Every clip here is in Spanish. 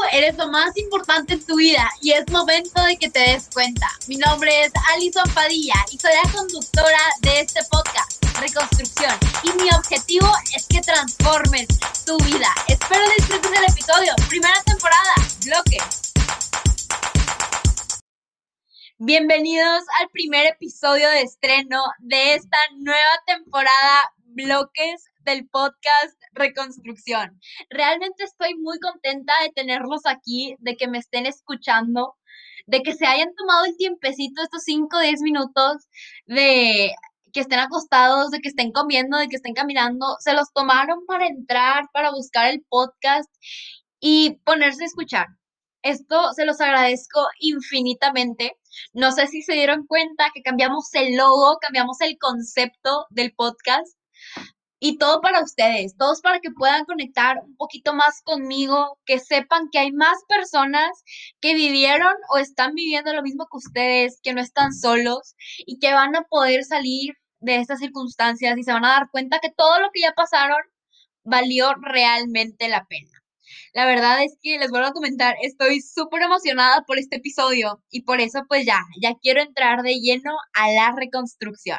eres lo más importante en tu vida y es momento de que te des cuenta. Mi nombre es Alison Padilla y soy la conductora de este podcast, Reconstrucción. Y mi objetivo es que transformes tu vida. Espero disfrutes el episodio. Primera temporada, bloque. Bienvenidos al primer episodio de estreno de esta nueva temporada, bloques del podcast Reconstrucción. Realmente estoy muy contenta de tenerlos aquí, de que me estén escuchando, de que se hayan tomado el tiempecito, estos 5 o 10 minutos, de que estén acostados, de que estén comiendo, de que estén caminando. Se los tomaron para entrar, para buscar el podcast y ponerse a escuchar. Esto se los agradezco infinitamente. No sé si se dieron cuenta que cambiamos el logo, cambiamos el concepto del podcast y todo para ustedes, todos para que puedan conectar un poquito más conmigo, que sepan que hay más personas que vivieron o están viviendo lo mismo que ustedes, que no están solos y que van a poder salir de estas circunstancias y se van a dar cuenta que todo lo que ya pasaron valió realmente la pena. La verdad es que les vuelvo a comentar, estoy súper emocionada por este episodio y por eso pues ya quiero entrar de lleno a la reconstrucción.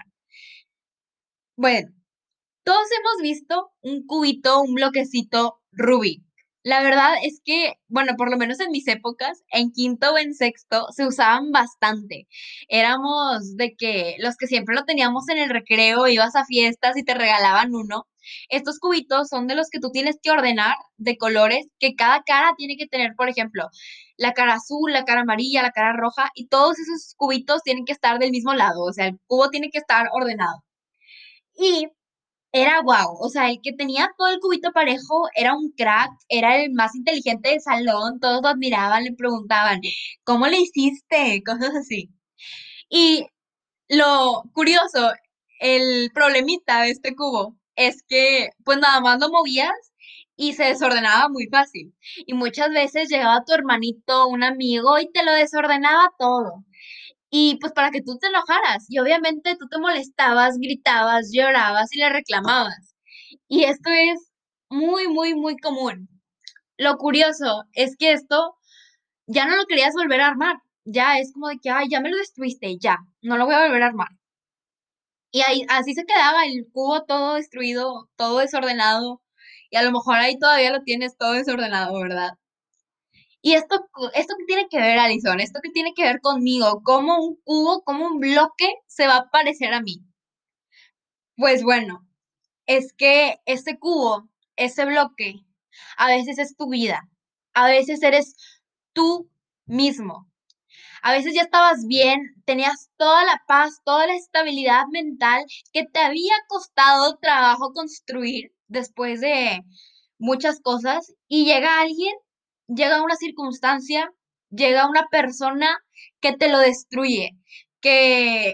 Bueno, todos hemos visto un cubito, un bloquecito Rubik. La verdad es que, bueno, por lo menos en mis épocas, en quinto o en sexto, se usaban bastante. Éramos de que los que siempre lo teníamos en el recreo, ibas a fiestas y te regalaban uno. Estos cubitos son de los que tú tienes que ordenar de colores, que cada cara tiene que tener, por ejemplo, la cara azul, la cara amarilla, la cara roja, y todos esos cubitos tienen que estar del mismo lado, o sea, el cubo tiene que estar ordenado. Y era guau, o sea, el que tenía todo el cubito parejo era un crack, era el más inteligente del salón, todos lo admiraban, le preguntaban, ¿cómo le hiciste? Cosas así. Y lo curioso, el problemita de este cubo es que pues nada más lo movías y se desordenaba muy fácil. Y muchas veces llegaba tu hermanito, un amigo y te lo desordenaba todo. Y pues para que tú te enojaras. Y obviamente tú te molestabas, gritabas, llorabas y le reclamabas. Y esto es muy común. Lo curioso es que esto ya no lo querías volver a armar. Ya es como de que, ay, ya me lo destruiste, ya, no lo voy a volver a armar. Y ahí, así se quedaba el cubo todo destruido, todo desordenado. Y a lo mejor ahí todavía lo tienes todo desordenado, ¿verdad? Y esto qué tiene que ver, Alison, esto qué tiene que ver conmigo, cómo un cubo, cómo un bloque se va a parecer a mí. Pues bueno, es que ese cubo, ese bloque, a veces es tu vida, a veces eres tú mismo. A veces ya estabas bien, tenías toda la paz, toda la estabilidad mental que te había costado trabajo construir después de muchas cosas y llega alguien, llega una circunstancia, llega una persona que te lo destruye, que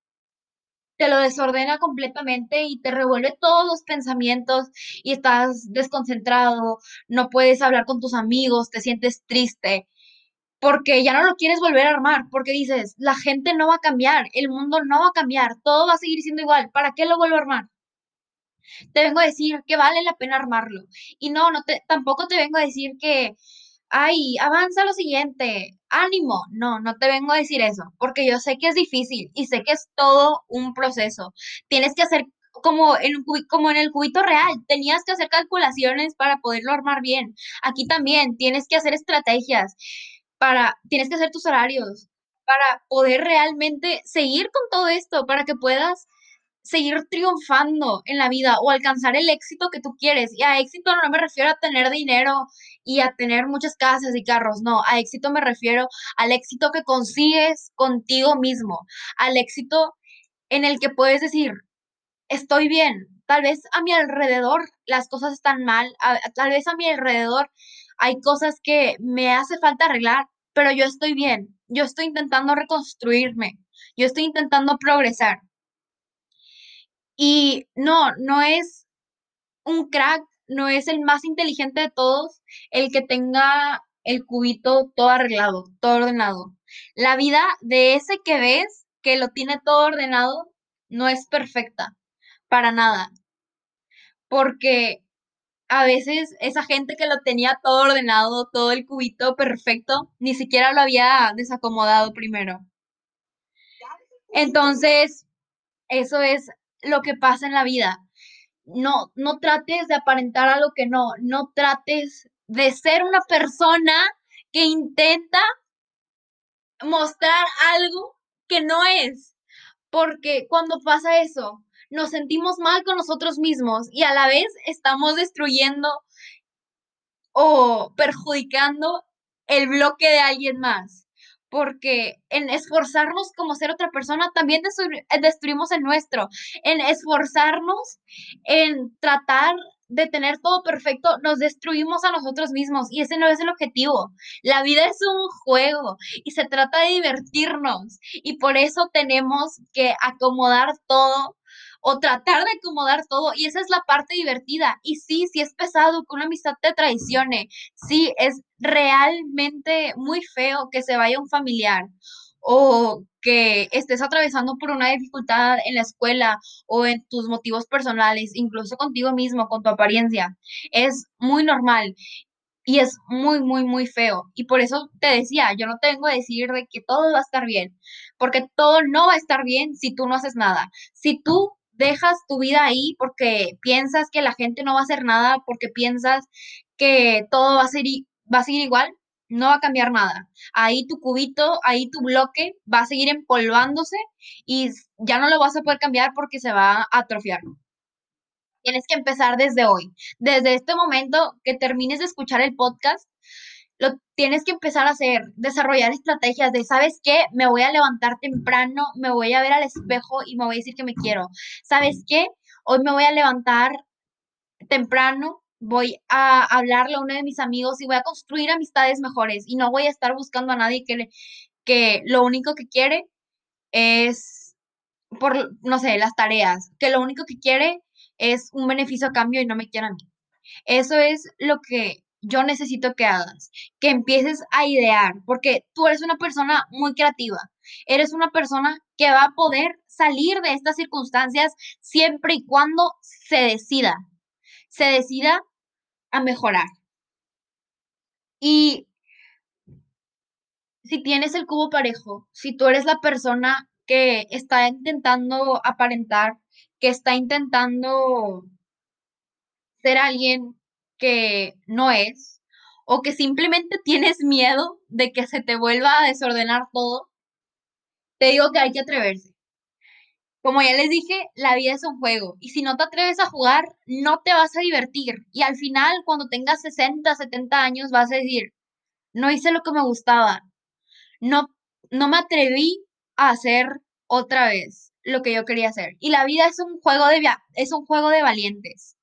te lo desordena completamente y te revuelve todos los pensamientos y estás desconcentrado, no puedes hablar con tus amigos, te sientes triste porque ya no lo quieres volver a armar, porque dices, la gente no va a cambiar, el mundo no va a cambiar, todo va a seguir siendo igual, ¿para qué lo vuelvo a armar? Te vengo a decir que vale la pena armarlo. Y no, tampoco te vengo a decir que, ay, avanza lo siguiente, ánimo. No, no te vengo a decir eso, porque yo sé que es difícil y sé que es todo un proceso. Tienes que hacer como en el cubito real, tenías que hacer calculaciones para poderlo armar bien. Aquí también tienes que hacer estrategias tienes que hacer tus horarios para poder realmente seguir con todo esto, para que puedas seguir triunfando en la vida o alcanzar el éxito que tú quieres. Y a éxito no me refiero a tener dinero y a tener muchas casas y carros, no, a éxito me refiero al éxito que consigues contigo mismo, al éxito en el que puedes decir, estoy bien, tal vez a mi alrededor las cosas están mal, tal vez a mi alrededor hay cosas que me hace falta arreglar, pero yo estoy bien, yo estoy intentando reconstruirme, yo estoy intentando progresar. Y no, no es un crack, no es el más inteligente de todos el que tenga el cubito todo arreglado, todo ordenado. La vida de ese que ves, que lo tiene todo ordenado, no es perfecta, para nada, porque A veces esa gente que lo tenía todo ordenado, todo el cubito perfecto, ni siquiera lo había desacomodado primero. Entonces, eso es lo que pasa en la vida. No trates de aparentar algo que no, no trates de ser una persona que intenta mostrar algo que no es, porque cuando pasa eso, nos sentimos mal con nosotros mismos y a la vez estamos destruyendo o perjudicando el bloque de alguien más. Porque en esforzarnos como ser otra persona, también destruimos el nuestro. En esforzarnos, en tratar de tener todo perfecto, nos destruimos a nosotros mismos y ese no es el objetivo. La vida es un juego y se trata de divertirnos y por eso tenemos que acomodar todo o tratar de acomodar todo y esa es la parte divertida. Y sí, sí es pesado que una amistad te traicione, sí es realmente muy feo que se vaya un familiar o que estés atravesando por una dificultad en la escuela o en tus motivos personales, incluso contigo mismo, con tu apariencia. Es muy normal y es muy, muy, muy feo. Y por eso te decía, yo no te vengo a decir de que todo va a estar bien, porque todo no va a estar bien si tú no haces nada. Si tú dejas tu vida ahí porque piensas que la gente no va a hacer nada, porque piensas que todo va a seguir igual, no va a cambiar nada. Ahí tu cubito, ahí tu bloque va a seguir empolvándose y ya no lo vas a poder cambiar porque se va a atrofiar. Tienes que empezar desde hoy. Desde este momento que termines de escuchar el podcast, lo tienes que empezar a hacer, desarrollar estrategias de, ¿sabes qué? Me voy a levantar temprano, me voy a ver al espejo y me voy a decir que me quiero. ¿Sabes qué? Hoy me voy a levantar temprano, voy a hablarle a uno de mis amigos y voy a construir amistades mejores y no voy a estar buscando a nadie que lo único que quiere es por, no sé, las tareas, que lo único que quiere es un beneficio a cambio y no me quiere a mí. Eso es lo que yo necesito que hagas, que empieces a idear, porque tú eres una persona muy creativa, eres una persona que va a poder salir de estas circunstancias siempre y cuando se decida a mejorar. Y si tienes el cubo parejo, si tú eres la persona que está intentando aparentar, que está intentando ser alguien que no es, o que simplemente tienes miedo de que se te vuelva a desordenar todo, te digo que hay que atreverse. Como ya les dije, la vida es un juego y si no te atreves a jugar, no te vas a divertir. Y al final, cuando tengas 60, 70 años, vas a decir, no hice lo que me gustaba, no, no me atreví a hacer otra vez lo que yo quería hacer. Y la vida es un juego es un juego de valientes.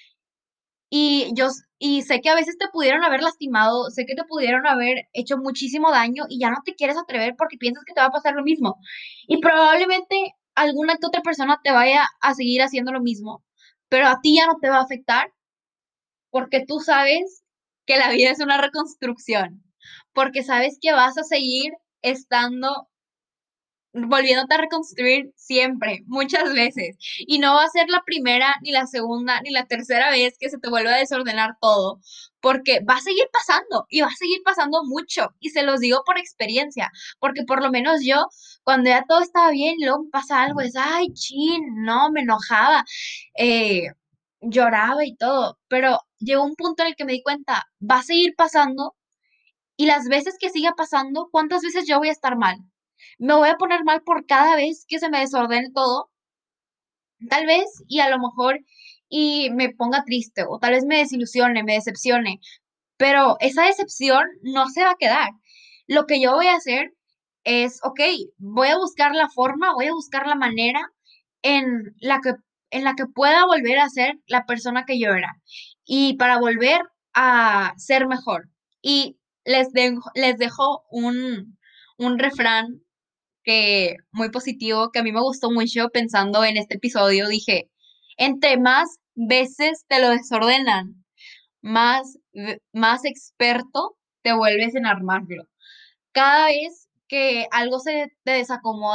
Y sé que a veces te pudieron haber lastimado, sé que te pudieron haber hecho muchísimo daño y ya no te quieres atrever porque piensas que te va a pasar lo mismo. Y probablemente alguna que otra persona te vaya a seguir haciendo lo mismo, pero a ti ya no te va a afectar porque tú sabes que la vida es una reconstrucción, porque sabes que vas a seguir estando volviéndote a reconstruir siempre, muchas veces. Y no va a ser la primera, ni la segunda, ni la tercera vez que se te vuelva a desordenar todo, porque va a seguir pasando y va a seguir pasando mucho. Y se los digo por experiencia, porque por lo menos yo, cuando ya todo estaba bien, y luego pasa algo, es, ay, chin, no, me enojaba, eh, lloraba y todo, pero llegó un punto en el que me di cuenta, va a seguir pasando y las veces que siga pasando, ¿cuántas veces yo voy a estar mal? Me voy a poner mal por cada vez que se me desordene todo, tal vez, y a lo mejor, y me ponga triste, o tal vez me desilusione, me decepcione, pero esa decepción no se va a quedar. Lo que yo voy a hacer es, ok, voy a buscar la forma, voy a buscar la manera en la que, en la que pueda volver a ser la persona que yo era y para volver a ser mejor. Y les dejo un refrán que muy positivo que a mí me gustó mucho pensando en este episodio. Dije, entre más veces te lo desordenan, más experto te vuelves en armarlo. Cada vez que algo se te desacomoda,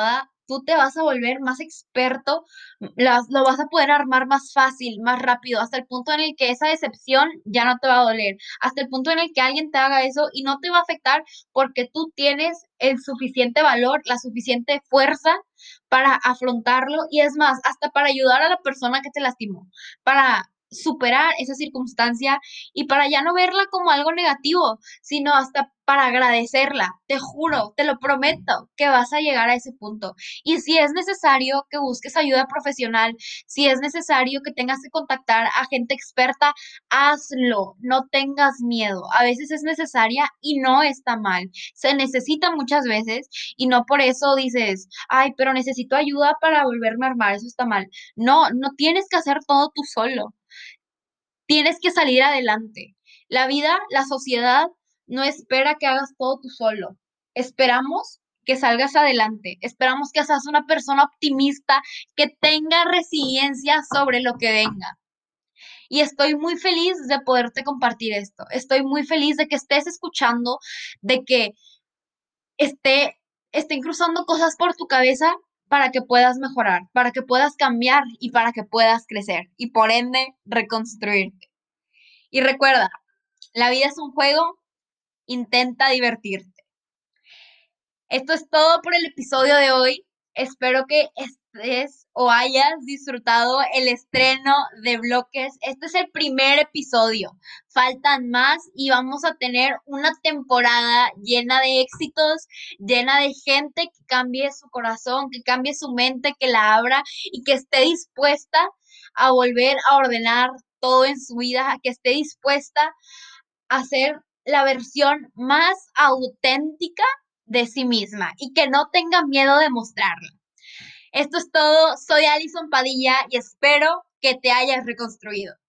tú te vas a volver más experto, lo vas a poder armar más fácil, más rápido, hasta el punto en el que esa decepción ya no te va a doler, hasta el punto en el que alguien te haga eso y no te va a afectar porque tú tienes el suficiente valor, la suficiente fuerza para afrontarlo y es más, hasta para ayudar a la persona que te lastimó, para superar esa circunstancia y para ya no verla como algo negativo, sino hasta para agradecerla. Te juro, te lo prometo, que vas a llegar a ese punto. Y si es necesario que busques ayuda profesional, si es necesario que tengas que contactar a gente experta, hazlo, no tengas miedo. A veces es necesaria y no está mal. Se necesita muchas veces y no por eso dices, ay, pero necesito ayuda para volverme a armar, eso está mal. No, no tienes que hacer todo tú solo. Tienes que salir adelante. La vida, la sociedad no espera que hagas todo tú solo. Esperamos que salgas adelante. Esperamos que seas una persona optimista, que tenga resiliencia sobre lo que venga. Y estoy muy feliz de poderte compartir esto. Estoy muy feliz de que estés escuchando, de que esté, estén cruzando cosas por tu cabeza para que puedas mejorar, para que puedas cambiar y para que puedas crecer y por ende reconstruirte. Y recuerda, la vida es un juego, intenta divertirte. Esto es todo por el episodio de hoy. Espero que estés o hayas disfrutado el estreno de Bloques. Este es el primer episodio. Faltan más y vamos a tener una temporada llena de éxitos, llena de gente que cambie su corazón, que cambie su mente, que la abra y que esté dispuesta a volver a ordenar todo en su vida, que esté dispuesta hacer la versión más auténtica de sí misma y que no tenga miedo de mostrarla. Esto es todo, soy Alison Padilla y espero que te hayas reconstruido.